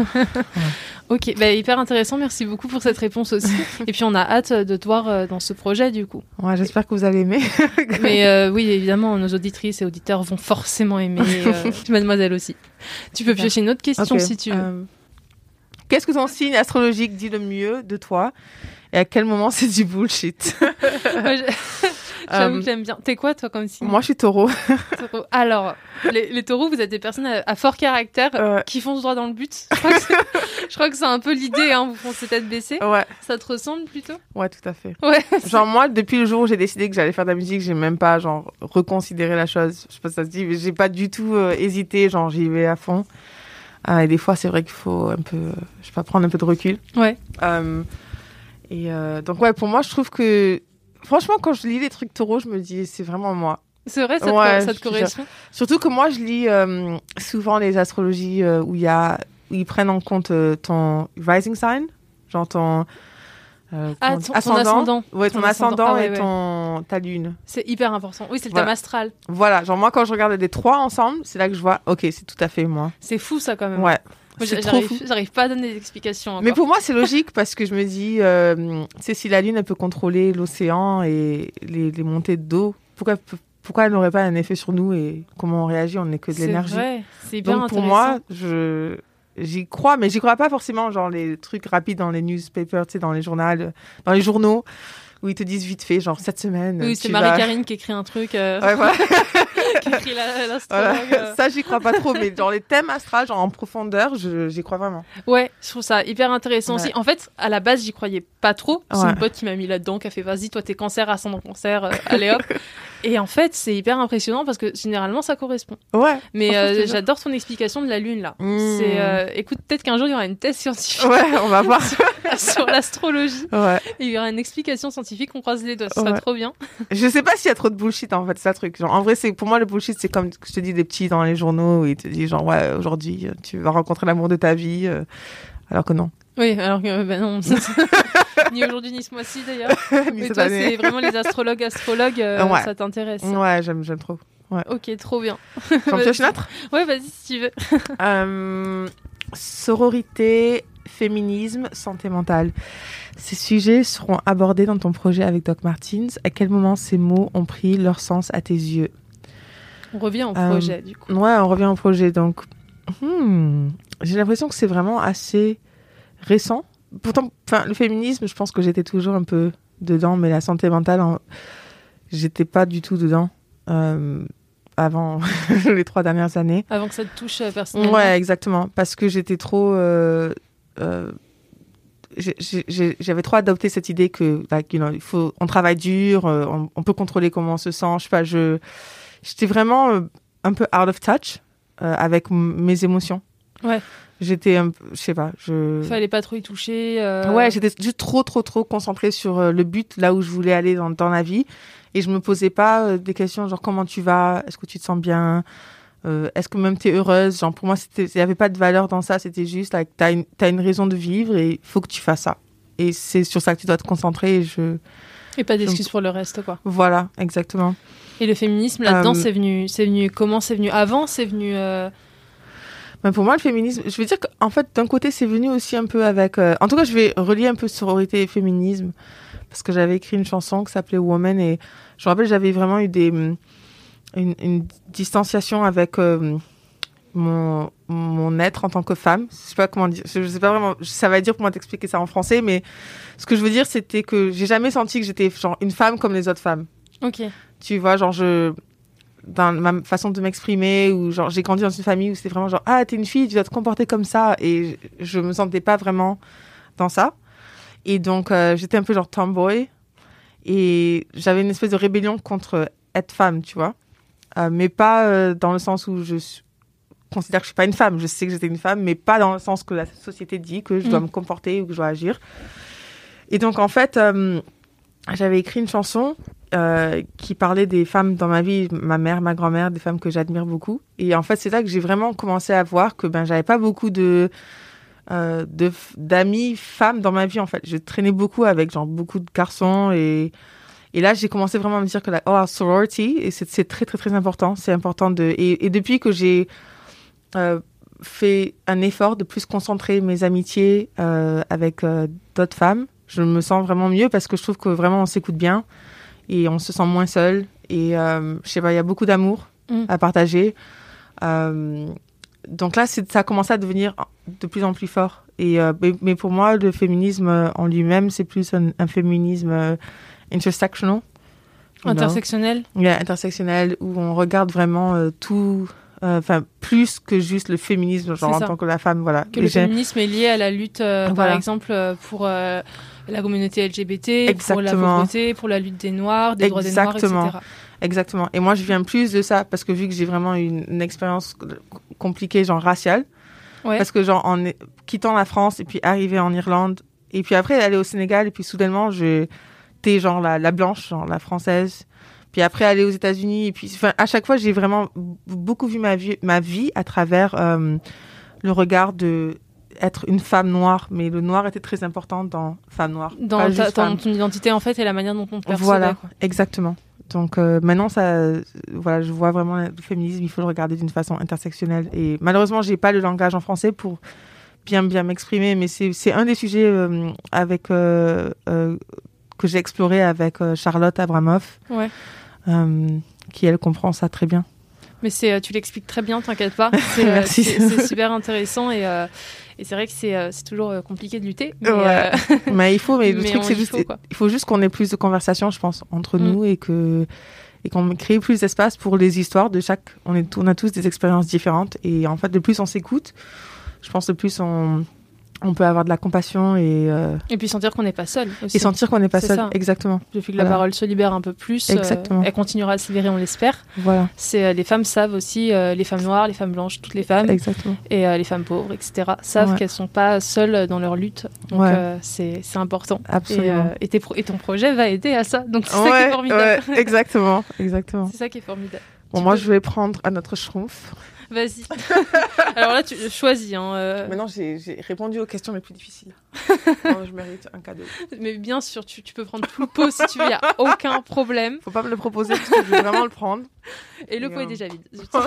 Ok, bah, hyper intéressant. Merci beaucoup pour cette réponse aussi. Et puis on a hâte de te voir euh, dans ce projet du coup. Ouais, j'espère que vous allez aimer. Mais euh, oui, évidemment, nos auditrices et auditeurs vont forcément aimer. Euh, mademoiselle aussi. Tu peux piocher une autre question okay. si tu veux. Euh... Qu'est-ce que ton signe astrologique dit le mieux de toi et à quel moment c'est du bullshit? Ouais, je... J'avoue um, que j'aime bien. T'es quoi, toi, comme signe? Moi, je suis taureau. Taureau. Alors, les, les taureaux, vous êtes des personnes à, à fort caractère euh... qui foncent droit dans le but. Je crois que c'est, je crois que c'est un peu l'idée, hein. Vous foncez tête baissée. Ouais. Ça te ressemble plutôt? Ouais, tout à fait. Ouais. Genre, moi, depuis le jour où j'ai décidé que j'allais faire de la musique, j'ai même pas, genre, reconsidéré la chose. Je sais pas si ça se dit, mais j'ai pas du tout euh, hésité. Genre, j'y vais à fond. Euh, et des fois, c'est vrai qu'il faut un peu, euh, je sais pas, prendre un peu de recul. Ouais. Euh, et euh, donc, ouais, pour moi, je trouve que franchement, quand je lis les trucs taureaux, je me dis, c'est vraiment moi. C'est vrai, ça te, ouais, ça te correspond. Surtout que moi, je lis euh, souvent les astrologies euh, où, y a, où ils prennent en compte euh, ton rising sign, genre ton, euh, ah, ton, ascendant. Ton ascendant. Ouais, ton, ton ascendant, ascendant ah, ouais, et ton, ouais. ta lune. C'est hyper important. Oui, c'est le voilà. thème astral. Voilà, genre moi, quand je regarde les trois ensemble, c'est là que je vois, ok, c'est tout à fait moi. C'est fou, ça, quand même. Ouais. Moi, j'arrive, j'arrive pas à donner des explications encore. Mais pour moi, c'est logique parce que je me dis, euh, tu sais, si la Lune, elle peut contrôler l'océan et les, les montées d'eau, pourquoi, pourquoi elle n'aurait pas un effet sur nous et comment on réagit? On n'est que de c'est l'énergie. C'est vrai, c'est hyper Donc, intéressant. pour moi, je, j'y crois, mais j'y crois pas forcément, genre les trucs rapides dans les newspapers, tu sais, dans les journaux, dans les journaux, où ils te disent vite fait, genre cette semaine. Oui, c'est Marie-Karine vas... qui écrit un truc. Euh... Ouais, voilà. qui écrit la, l'astrologue. Voilà. Euh... Ça, j'y crois pas trop, mais dans les thèmes astrales, genre en profondeur, je, j'y crois vraiment. Ouais, je trouve ça hyper intéressant ouais. aussi. En fait, à la base, j'y croyais pas trop. C'est ouais. une pote qui m'a mis là-dedans, qui a fait vas-y, toi, t'es cancer, ascendant cancer, euh, allez hop. Et en fait, c'est hyper impressionnant parce que généralement, ça correspond. Ouais. Mais euh, j'adore ton explication de la Lune, là. Mmh. C'est, euh, écoute, peut-être qu'un jour, il y aura une thèse scientifique. Ouais, on va voir. sur l'astrologie. Ouais. Et il y aura une explication scientifique, on croise les doigts. Ce ouais. serait trop bien. Je sais pas s'il y a trop de bullshit, en fait, c'est ça truc. Genre, en vrai, c'est, pour moi, le bullshit, c'est comme je te dis, des petits dans les journaux où ils te disent, genre, ouais, aujourd'hui, tu vas rencontrer l'amour de ta vie. Euh, alors que non. Oui, alors que, ben non. Ni aujourd'hui, ni ce mois-ci, d'ailleurs. Mais toi, année. C'est vraiment les astrologues, astrologues, euh, ouais. ça t'intéresse. Ouais, j'aime, j'aime trop. Ouais. Ok, trop bien. J'en pioche une autre ? Ouais, vas-y, si tu veux. euh, sororité, féminisme, santé mentale. Ces sujets seront abordés dans ton projet avec Doc Martens. À quel moment ces mots ont pris leur sens à tes yeux ? On revient au projet, euh, du coup. Ouais, on revient au projet. Donc, hmm, j'ai l'impression que c'est vraiment assez récent. Pourtant, le féminisme, je pense que j'étais toujours un peu dedans, mais la santé mentale, en... j'étais pas du tout dedans euh, avant les trois dernières années. Avant que ça te touche euh, personnellement. Ouais, exactement. Parce que j'étais trop... Euh, euh, j'ai, j'ai, j'avais trop adopté cette idée que, like, you know, il faut, on travaille dur, euh, on, on peut contrôler comment on se sent. Je sais pas, je, j'étais vraiment euh, un peu out of touch euh, avec m- mes émotions. Ouais. J'étais un peu, je sais pas, je... Fallait pas trop y toucher. Euh... Ouais, j'étais juste trop, trop, trop concentrée sur euh, le but, là où je voulais aller dans, dans la vie. Et je me posais pas euh, des questions genre comment tu vas, est-ce que tu te sens bien, euh, est-ce que même t'es heureuse. Genre pour moi, c'était, il y avait pas de valeur dans ça. C'était juste, like, t'as une, t'as une raison de vivre et il faut que tu fasses ça. Et c'est sur ça que tu dois te concentrer. Et je. Et pas d'excuses je... pour le reste, quoi. Voilà, exactement. Et le féminisme là-dedans, euh... Um... c'est venu, c'est venu comment? C'est venu avant, c'est venu. Euh... Ben pour moi, le féminisme, je veux dire qu'en fait, d'un côté, c'est venu aussi un peu avec... Euh... En tout cas, je vais relier un peu sororité et féminisme, parce que j'avais écrit une chanson qui s'appelait Woman, et je me rappelle, j'avais vraiment eu des, une, une distanciation avec euh, mon, mon être en tant que femme. Je sais pas comment dire. Je sais pas vraiment. Ça va être dur pour moi d'expliquer ça en français, mais ce que je veux dire, c'était que j'ai jamais senti que j'étais genre une femme comme les autres femmes. Ok. Tu vois, genre je dans ma façon de m'exprimer ou genre j'ai grandi dans une famille où c'était vraiment genre ah t'es une fille, tu dois te comporter comme ça et je, je me sentais pas vraiment dans ça. Et donc euh, j'étais un peu genre tomboy et j'avais une espèce de rébellion contre être femme, tu vois, euh, mais pas euh, dans le sens où je considère que je suis pas une femme. Je sais que j'étais une femme, mais pas dans le sens que la société dit que je dois mmh. me comporter ou que je dois agir. Et donc en fait, euh, j'avais écrit une chanson euh, qui parlait des femmes dans ma vie, ma mère, ma grand-mère, des femmes que j'admire beaucoup. Et en fait, c'est là que j'ai vraiment commencé à voir que ben j'avais pas beaucoup de euh, de d'amis femmes dans ma vie. En fait, je traînais beaucoup avec genre beaucoup de garçons et Et là, j'ai commencé vraiment à me dire que la oh, sorority, et c'est, c'est très, très, très important. C'est important de... Et, et depuis que j'ai euh, fait un effort de plus concentrer mes amitiés euh, avec euh, d'autres femmes, je me sens vraiment mieux parce que je trouve que vraiment, on s'écoute bien et on se sent moins seul. Et euh, je sais pas, il y a beaucoup d'amour mm. à partager. Euh, donc là, c'est, ça a commencé à devenir de plus en plus fort. Et, euh, mais, mais pour moi, le féminisme en lui-même, c'est plus un, un féminisme... Euh, intersectional. Intersectionnel. Yeah, intersectionnel, où on regarde vraiment euh, tout, enfin euh, plus que juste le féminisme, genre en tant que la femme, voilà. Que le j'ai... féminisme est lié à la lutte, euh, voilà. par exemple, pour euh, la communauté L G B T, Exactement. pour la pauvreté, pour la lutte des Noirs, des Exactement. droits des Noirs, et cetera. Exactement. Et moi, je viens plus de ça parce que vu que j'ai vraiment une, une expérience compliquée, genre raciale, ouais. parce que genre en quittant la France et puis arriver en Irlande et puis après aller au Sénégal et puis soudainement je t'es genre la, la blanche, genre la française. Puis après, aller aux États-Unis. Et puis, enfin, à chaque fois, j'ai vraiment beaucoup vu ma vie, ma vie à travers euh, le regard de être une femme noire. Mais le noir était très important dans femme noire. Dans, ta, dans ton identité, en fait, et la manière dont on te percevait. Voilà, quoi. Exactement. Donc euh, maintenant, ça, voilà, je vois vraiment le féminisme, il faut le regarder d'une façon intersectionnelle. Et malheureusement, j'ai pas le langage en français pour bien, bien m'exprimer. Mais c'est, c'est un des sujets euh, avec... Euh, euh, que j'ai exploré avec euh, Charlotte Abramoff, ouais. euh, qui, elle, comprend ça très bien. Mais c'est, tu l'expliques très bien, t'inquiète pas. C'est, Merci. C'est, c'est super intéressant et, euh, et c'est vrai que c'est, euh, c'est toujours compliqué de lutter. Mais, ouais. euh... mais il faut, mais le mais truc, c'est juste, il faut, il faut juste qu'on ait plus de conversations, je pense, entre mm. nous et, que, et qu'on crée plus d'espace pour les histoires de chaque... On, est, on a tous des expériences différentes et en fait, de plus on s'écoute, je pense, de plus on... on peut avoir de la compassion et... Euh... Et puis sentir qu'on n'est pas seul aussi. Et sentir qu'on n'est pas c'est seul, ça. Exactement. Depuis que voilà. la parole se libère un peu plus, Exactement. Euh, elle continuera à se libérer, on l'espère. Voilà. C'est, euh, les femmes savent aussi, euh, les femmes noires, les femmes blanches, toutes les femmes. Exactement. Et euh, les femmes pauvres, et cetera, savent ouais. qu'elles ne sont pas seules dans leur lutte. Donc ouais. euh, c'est, c'est important. Absolument. Et, euh, et, tes pro- et ton projet va aider à ça. Donc c'est ouais, ça qui est formidable. Ouais, exactement. exactement. C'est ça qui est formidable. Bon, tu moi, peux... je vais prendre à notre schtroumpf. Vas-y. Alors là, tu choisis. Hein, euh... Maintenant, j'ai, j'ai répondu aux questions les plus difficiles. Non, je mérite un cadeau. Mais bien sûr, tu, tu peux prendre tout le pot si tu veux, il n'y a aucun problème. Faut pas me le proposer parce que je vais vraiment le prendre. Et, Et le pot euh... est déjà vide.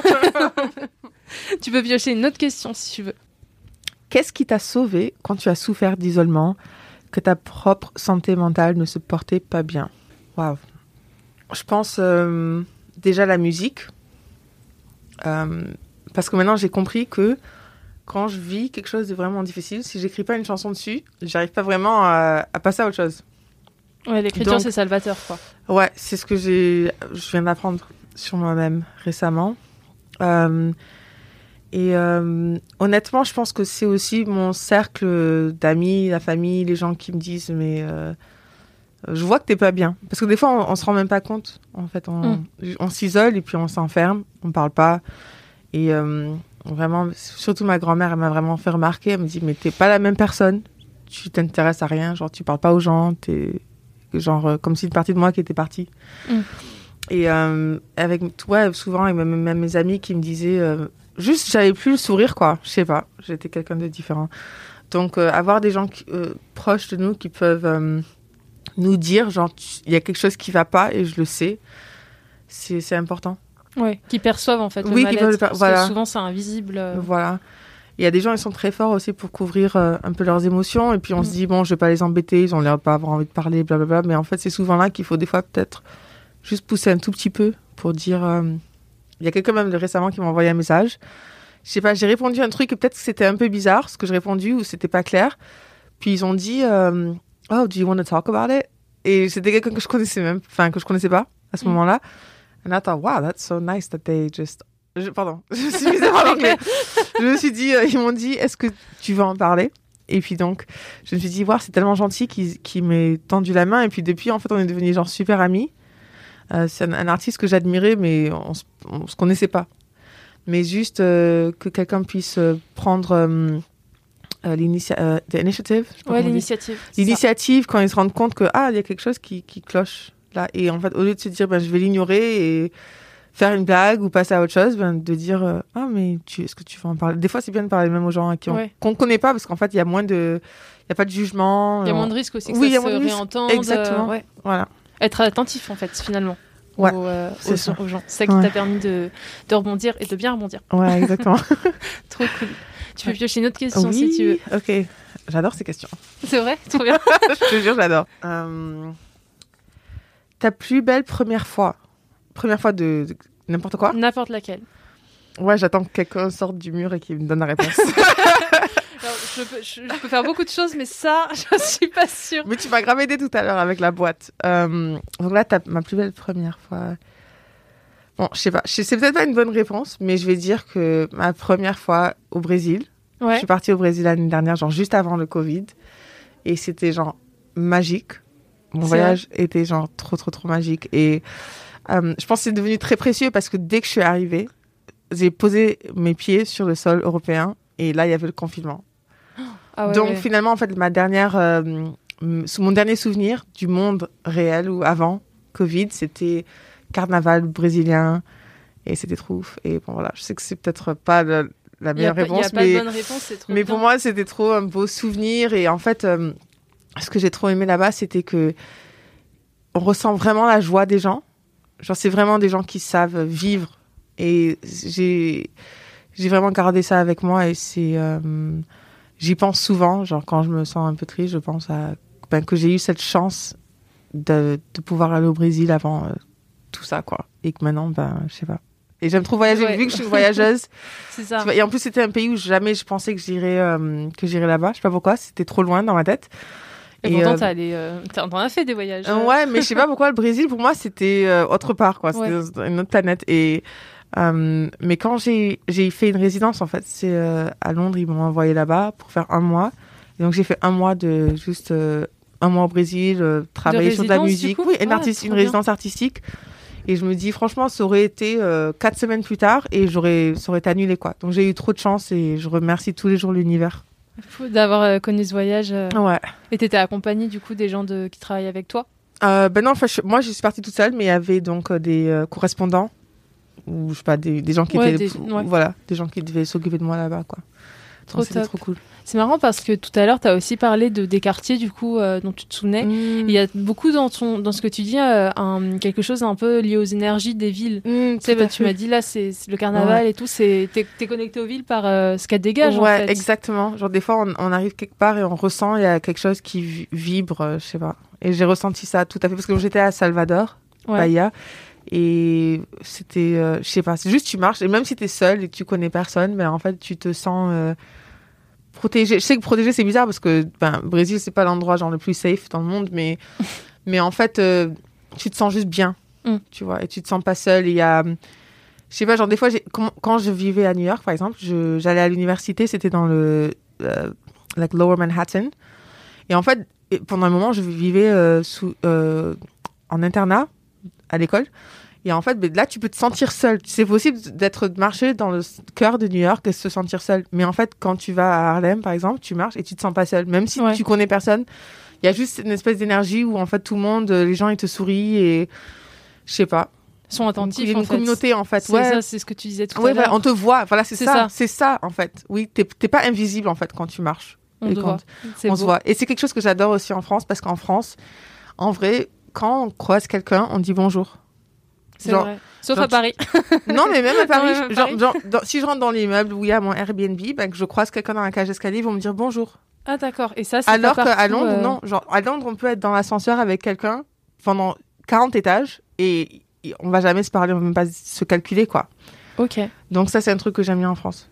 Tu peux piocher une autre question si tu veux. Qu'est-ce qui t'a sauvé quand tu as souffert d'isolement, que ta propre santé mentale ne se portait pas bien? Waouh. Je pense euh, déjà la musique. Euh, parce que maintenant j'ai compris que quand je vis quelque chose de vraiment difficile, si j'écris pas une chanson dessus, j'arrive pas vraiment à, à passer à autre chose. Ouais, l'écriture Donc, c'est salvateur quoi. Ouais, c'est ce que j'ai, je viens d'apprendre sur moi-même récemment. Euh, et euh, honnêtement, je pense que c'est aussi mon cercle d'amis, la famille, les gens qui me disent mais euh, je vois que t'es pas bien. Parce que des fois, on, on se rend même pas compte. En fait, on, mm. on s'isole et puis on s'enferme, on parle pas. Et euh, vraiment, surtout ma grand-mère, elle m'a vraiment fait remarquer. Elle me dit, mais t'es pas la même personne. Tu t'intéresses à rien. Genre, tu parles pas aux gens. T'es genre euh, comme si une partie de moi qui était partie. Mm. Et euh, avec, ouais, souvent, avec même, même mes amis qui me disaient, euh, juste, j'avais plus le sourire, quoi. Je sais pas. J'étais quelqu'un de différent. Donc, euh, avoir des gens qui, euh, proches de nous qui peuvent euh, nous dire, genre, il y a quelque chose qui va pas et je le sais, c'est, c'est important. Oui, qui perçoivent en fait le oui, mal-être, qui peuvent, parce voilà. que souvent c'est invisible. Euh... Voilà. Il y a des gens, ils sont très forts aussi pour couvrir euh, un peu leurs émotions et puis on mmh. se dit, bon, je vais pas les embêter, ils ont l'air de pas avoir envie de parler, blablabla. Mais en fait, c'est souvent là qu'il faut des fois peut-être juste pousser un tout petit peu pour dire... Euh... Il y a quelqu'un même de récemment qui m'a envoyé un message. je sais pas, j'ai répondu un truc et peut-être que c'était un peu bizarre, ce que j'ai répondu, ou c'était pas clair. Puis ils ont dit, euh, oh, do you want to talk about it? Et c'était quelqu'un que je connaissais même, enfin, que je connaissais pas à ce mm. moment-là. And I thought, wow, that's so nice that they just... Je, pardon, je me suis mise à parler anglais. Je me suis dit, euh, ils m'ont dit, est-ce que tu veux en parler? Et puis donc, je me suis dit, wow, c'est tellement gentil qu'il, qu'il m'ait tendu la main. Et puis depuis, en fait, on est devenus genre super amis. Euh, c'est un, un artiste que j'admirais, mais on, on se connaissait pas. Mais juste euh, que quelqu'un puisse euh, prendre euh, euh, l'initia- euh, l'initiative. Ouais, l'initiative. L'initiative ça. Quand ils se rendent compte que ah, il y a quelque chose qui, qui cloche là. Et en fait, au lieu de se dire, ben, je vais l'ignorer et faire une blague ou passer à autre chose, ben, de dire euh, ah, mais tu, est-ce que tu veux en parler? Des fois, c'est bien de parler même aux gens à qui on, ouais. qu'on ne connaît pas, parce qu'en fait, il y a moins de, il y a pas de jugement. Il y a moins de risques aussi que oui, ça se réentende. Exactement. Euh, ouais. Voilà. Être attentif en fait, finalement. Ouais, aux, euh, c'est aux, ça. aux gens. C'est ça qui ouais. t'a permis de, de rebondir et de bien rebondir. Ouais, exactement. Trop cool. Tu peux piocher une autre question oui, si tu veux. Ok, j'adore ces questions. C'est vrai, trop bien. Je te jure, j'adore. Euh, ta plus belle première fois, première fois de, de n'importe quoi. N'importe laquelle. Ouais, j'attends que quelqu'un sorte du mur et qu'il me donne la réponse. Alors, je, peux, je, je peux faire beaucoup de choses, mais ça, je suis pas sûre. Mais tu m'as grave aidé tout à l'heure avec la boîte. Euh, donc là, t'as ma plus belle première fois. Bon, je sais pas. C'est peut-être pas une bonne réponse, mais je vais dire que ma première fois au Brésil. Ouais. Je suis partie au Brésil l'année dernière, genre juste avant le Covid. Et c'était genre magique. Mon c'est voyage vrai. Était genre trop, trop, trop magique. Et euh, je pense que c'est devenu très précieux parce que dès que je suis arrivée, j'ai posé mes pieds sur le sol européen. Et là, il y avait le confinement. Ah ouais, donc, ouais. Finalement, en fait, ma dernière, euh, mon dernier souvenir du monde réel ou avant Covid, c'était carnaval brésilien. Et c'était trop ouf. Et bon, voilà, je sais que c'est peut-être pas le, la meilleure pas, réponse. Il n'y a mais, pas de bonne réponse, c'est trop Mais bien. Pour moi, c'était trop un beau souvenir. Et en fait, euh, ce que j'ai trop aimé là-bas, c'était que on ressent vraiment la joie des gens. Genre, c'est vraiment des gens qui savent vivre. Et j'ai... J'ai vraiment gardé ça avec moi et c'est, euh, j'y pense souvent. Genre, quand je me sens un peu triste, je pense à, ben, que j'ai eu cette chance de, de pouvoir aller au Brésil avant euh, tout ça, quoi. Et que maintenant, ben, je sais pas. Et j'aime trop voyager, ouais. Vu que je suis une voyageuse. C'est ça. Et en plus, c'était un pays où jamais je pensais que j'irais, euh, que j'irais là-bas. Je sais pas pourquoi, c'était trop loin dans ma tête. Et, et pourtant, euh, t'as allé, euh, t'en as fait des voyages. Euh, ouais, mais je sais pas pourquoi le Brésil, pour moi, c'était euh, autre part, quoi. C'était ouais. Une autre planète. Et Euh, mais quand j'ai, j'ai fait une résidence, en fait, c'est euh, à Londres, ils m'ont envoyé là-bas pour faire un mois. Et donc, j'ai fait un mois de juste euh, un mois au Brésil, euh, travailler de sur de la musique. Oui, une, ouais, artiste, une résidence artistique. Et je me dis, franchement, ça aurait été euh, quatre semaines plus tard et j'aurais, ça aurait été annulé, quoi. Donc, j'ai eu trop de chance et je remercie tous les jours l'univers. Fou d'avoir euh, connu ce voyage. Euh... Ouais. Et t'étais accompagnée, du coup, des gens de... qui travaillent avec toi? euh, Ben non, je... moi, je suis partie toute seule, mais il y avait donc euh, des euh, correspondants. Ou je sais pas, des, des gens qui ouais, étaient des, ouais. voilà, des gens qui devaient s'occuper de moi là-bas, quoi. Trop donc, top. Trop cool. C'est marrant parce que tout à l'heure tu as aussi parlé de des quartiers du coup euh, dont tu te souvenais. Mmh. Il y a beaucoup dans ton dans ce que tu dis euh, un, quelque chose un peu lié aux énergies des villes. Mmh, tu sais, bah, tu m'as dit là c'est, c'est le carnaval ouais. et tout, c'est t'es, t'es connecté aux villes par euh, ce qu'elles dégagent ouais, en fait. Exactement. Genre des fois on, on arrive quelque part et on ressent il y a quelque chose qui vibre, euh, je sais pas. Et j'ai ressenti ça tout à fait parce que j'étais à Salvador, ouais. Bahia. Et c'était, euh, je sais pas, c'est juste tu marches et même si t'es seule et que tu connais personne, ben en fait tu te sens euh, protégé. Je sais que protéger c'est bizarre parce que ben Brésil c'est pas l'endroit genre le plus safe dans le monde, mais mais en fait euh, tu te sens juste bien, mm. tu vois, et tu te sens pas seule. Il y a, je sais pas, genre des fois j'ai, quand, quand je vivais à New York par exemple, je, j'allais à l'université, c'était dans le euh, like Lower Manhattan, et en fait pendant un moment je vivais euh, sous euh, en internat à l'école. Et en fait, là, tu peux te sentir seul. C'est possible d'être de marcher dans le cœur de New York et se sentir seul. Mais en fait, quand tu vas à Harlem, par exemple, tu marches et tu te sens pas seul. Même si ouais. tu connais personne, il y a juste une espèce d'énergie où en fait tout le monde, les gens, ils te sourient et je sais pas. Ils sont attentifs. Il y a une en communauté fait. en fait. C'est ouais. ça, c'est ce que tu disais tout ouais, à l'heure. Voilà, on te voit. Voilà, c'est, c'est ça. ça. C'est ça en fait. Oui, t'es, t'es pas invisible en fait quand tu marches. On te voit. C'est on beau. Se voit. Et c'est quelque chose que j'adore aussi en France parce qu'en France, en vrai, quand on croise quelqu'un, on dit bonjour. C'est genre, vrai. Sauf genre, à Paris. Non, mais même à Paris. Non, genre, Paris. Genre, dans, si je rentre dans l'immeuble où il y a mon Airbnb, ben, que je croise quelqu'un dans la cage d'escalier, ils vont me dire bonjour. Ah, d'accord. Et ça, c'est alors pas partout, qu'à Londres, euh... non. Genre, à Londres, on peut être dans l'ascenseur avec quelqu'un pendant quarante étages et, et on va jamais se parler, on va même pas se calculer, quoi. Ok. Donc, ça, c'est un truc que j'aime bien en France.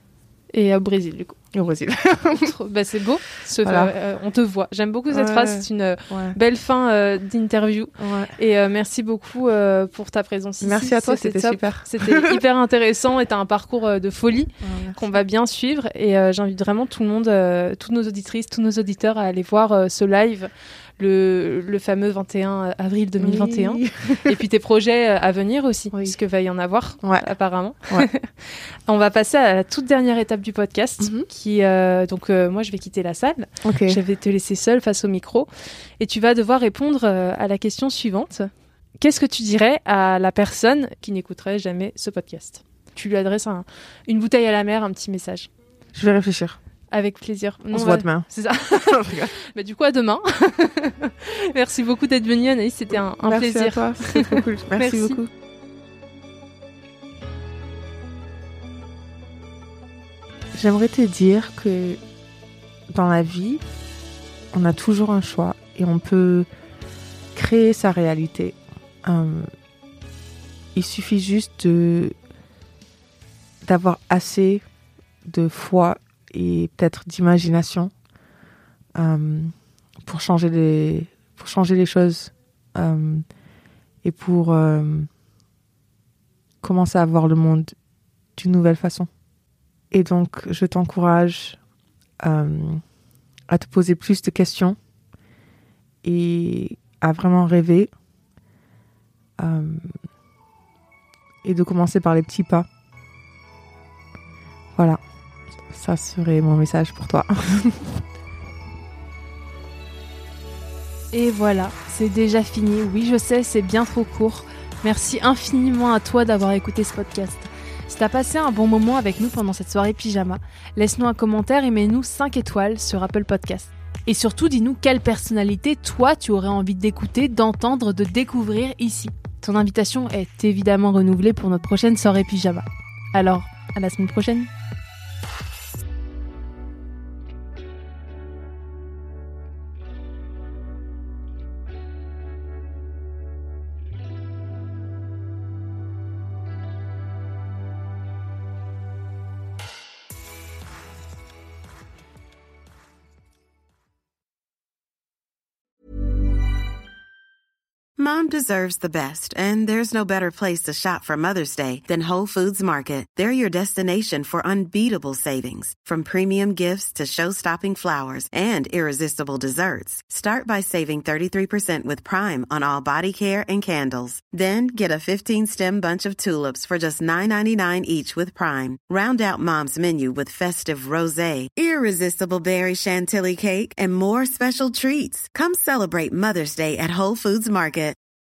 Et au Brésil, du coup. Au Brésil. Bah, c'est beau. Ce Voilà. euh, on te voit. J'aime beaucoup cette Ouais. phrase. C'est une euh, Ouais. belle fin euh, d'interview. Ouais. Et euh, merci beaucoup euh, pour ta présence ici. Merci à toi, c'était top. super. C'était hyper intéressant et tu as un parcours euh, de folie Ouais, qu'on va bien suivre. Et euh, j'invite vraiment tout le monde, euh, toutes nos auditrices, tous nos auditeurs à aller voir euh, ce live. Le, le fameux vingt et un avril deux mille vingt et un. Oui. Et puis tes projets à venir aussi, Oui. puisque va y en avoir, Ouais. apparemment. Ouais. On va passer à la toute dernière étape du podcast. Mm-hmm. qui, euh, donc, euh, moi, je vais quitter la salle. Ok. Je vais te laisser seule face au micro. Et tu vas devoir répondre euh, à la question suivante. Qu'est-ce que tu dirais à la personne qui n'écouterait jamais ce podcast ? Tu lui adresses un- une bouteille à la mer, un petit message. Je vais réfléchir. Avec plaisir. On se voit demain. C'est ça. Bah, du coup, à demain. Merci beaucoup d'être venue, Anaïs. C'était un, un Merci plaisir. à toi. C'était trop cool. Merci, Merci. beaucoup. J'aimerais te dire que dans la vie, on a toujours un choix et on peut créer sa réalité. Euh, il suffit juste de d'avoir assez de foi et peut-être d'imagination euh, pour changer les pour changer les choses euh, et pour euh, commencer à voir le monde d'une nouvelle façon. Et donc, je t'encourage euh, à te poser plus de questions et à vraiment rêver euh, et de commencer par les petits pas. Voilà, ça serait mon message pour toi. Et voilà, c'est déjà fini. Oui, je sais, c'est bien trop court. Merci infiniment à toi d'avoir écouté ce podcast. Si t'as passé un bon moment avec nous pendant cette soirée pyjama, laisse-nous un commentaire et mets-nous cinq étoiles sur Apple Podcast. Et surtout, dis-nous quelle personnalité, toi, tu aurais envie d'écouter, d'entendre, de découvrir ici. Ton invitation est évidemment renouvelée pour notre prochaine soirée pyjama. Alors, à la semaine prochaine. Mom deserves the best, and there's no better place to shop for Mother's Day than Whole Foods Market. They're your destination for unbeatable savings, from premium gifts to show-stopping flowers and irresistible desserts. Start by saving thirty-three percent with Prime on all body care and candles. Then get a fifteen-stem bunch of tulips for just nine ninety-nine each with Prime. Round out Mom's menu with festive rosé, irresistible berry chantilly cake, and more special treats. Come celebrate Mother's Day at Whole Foods Market.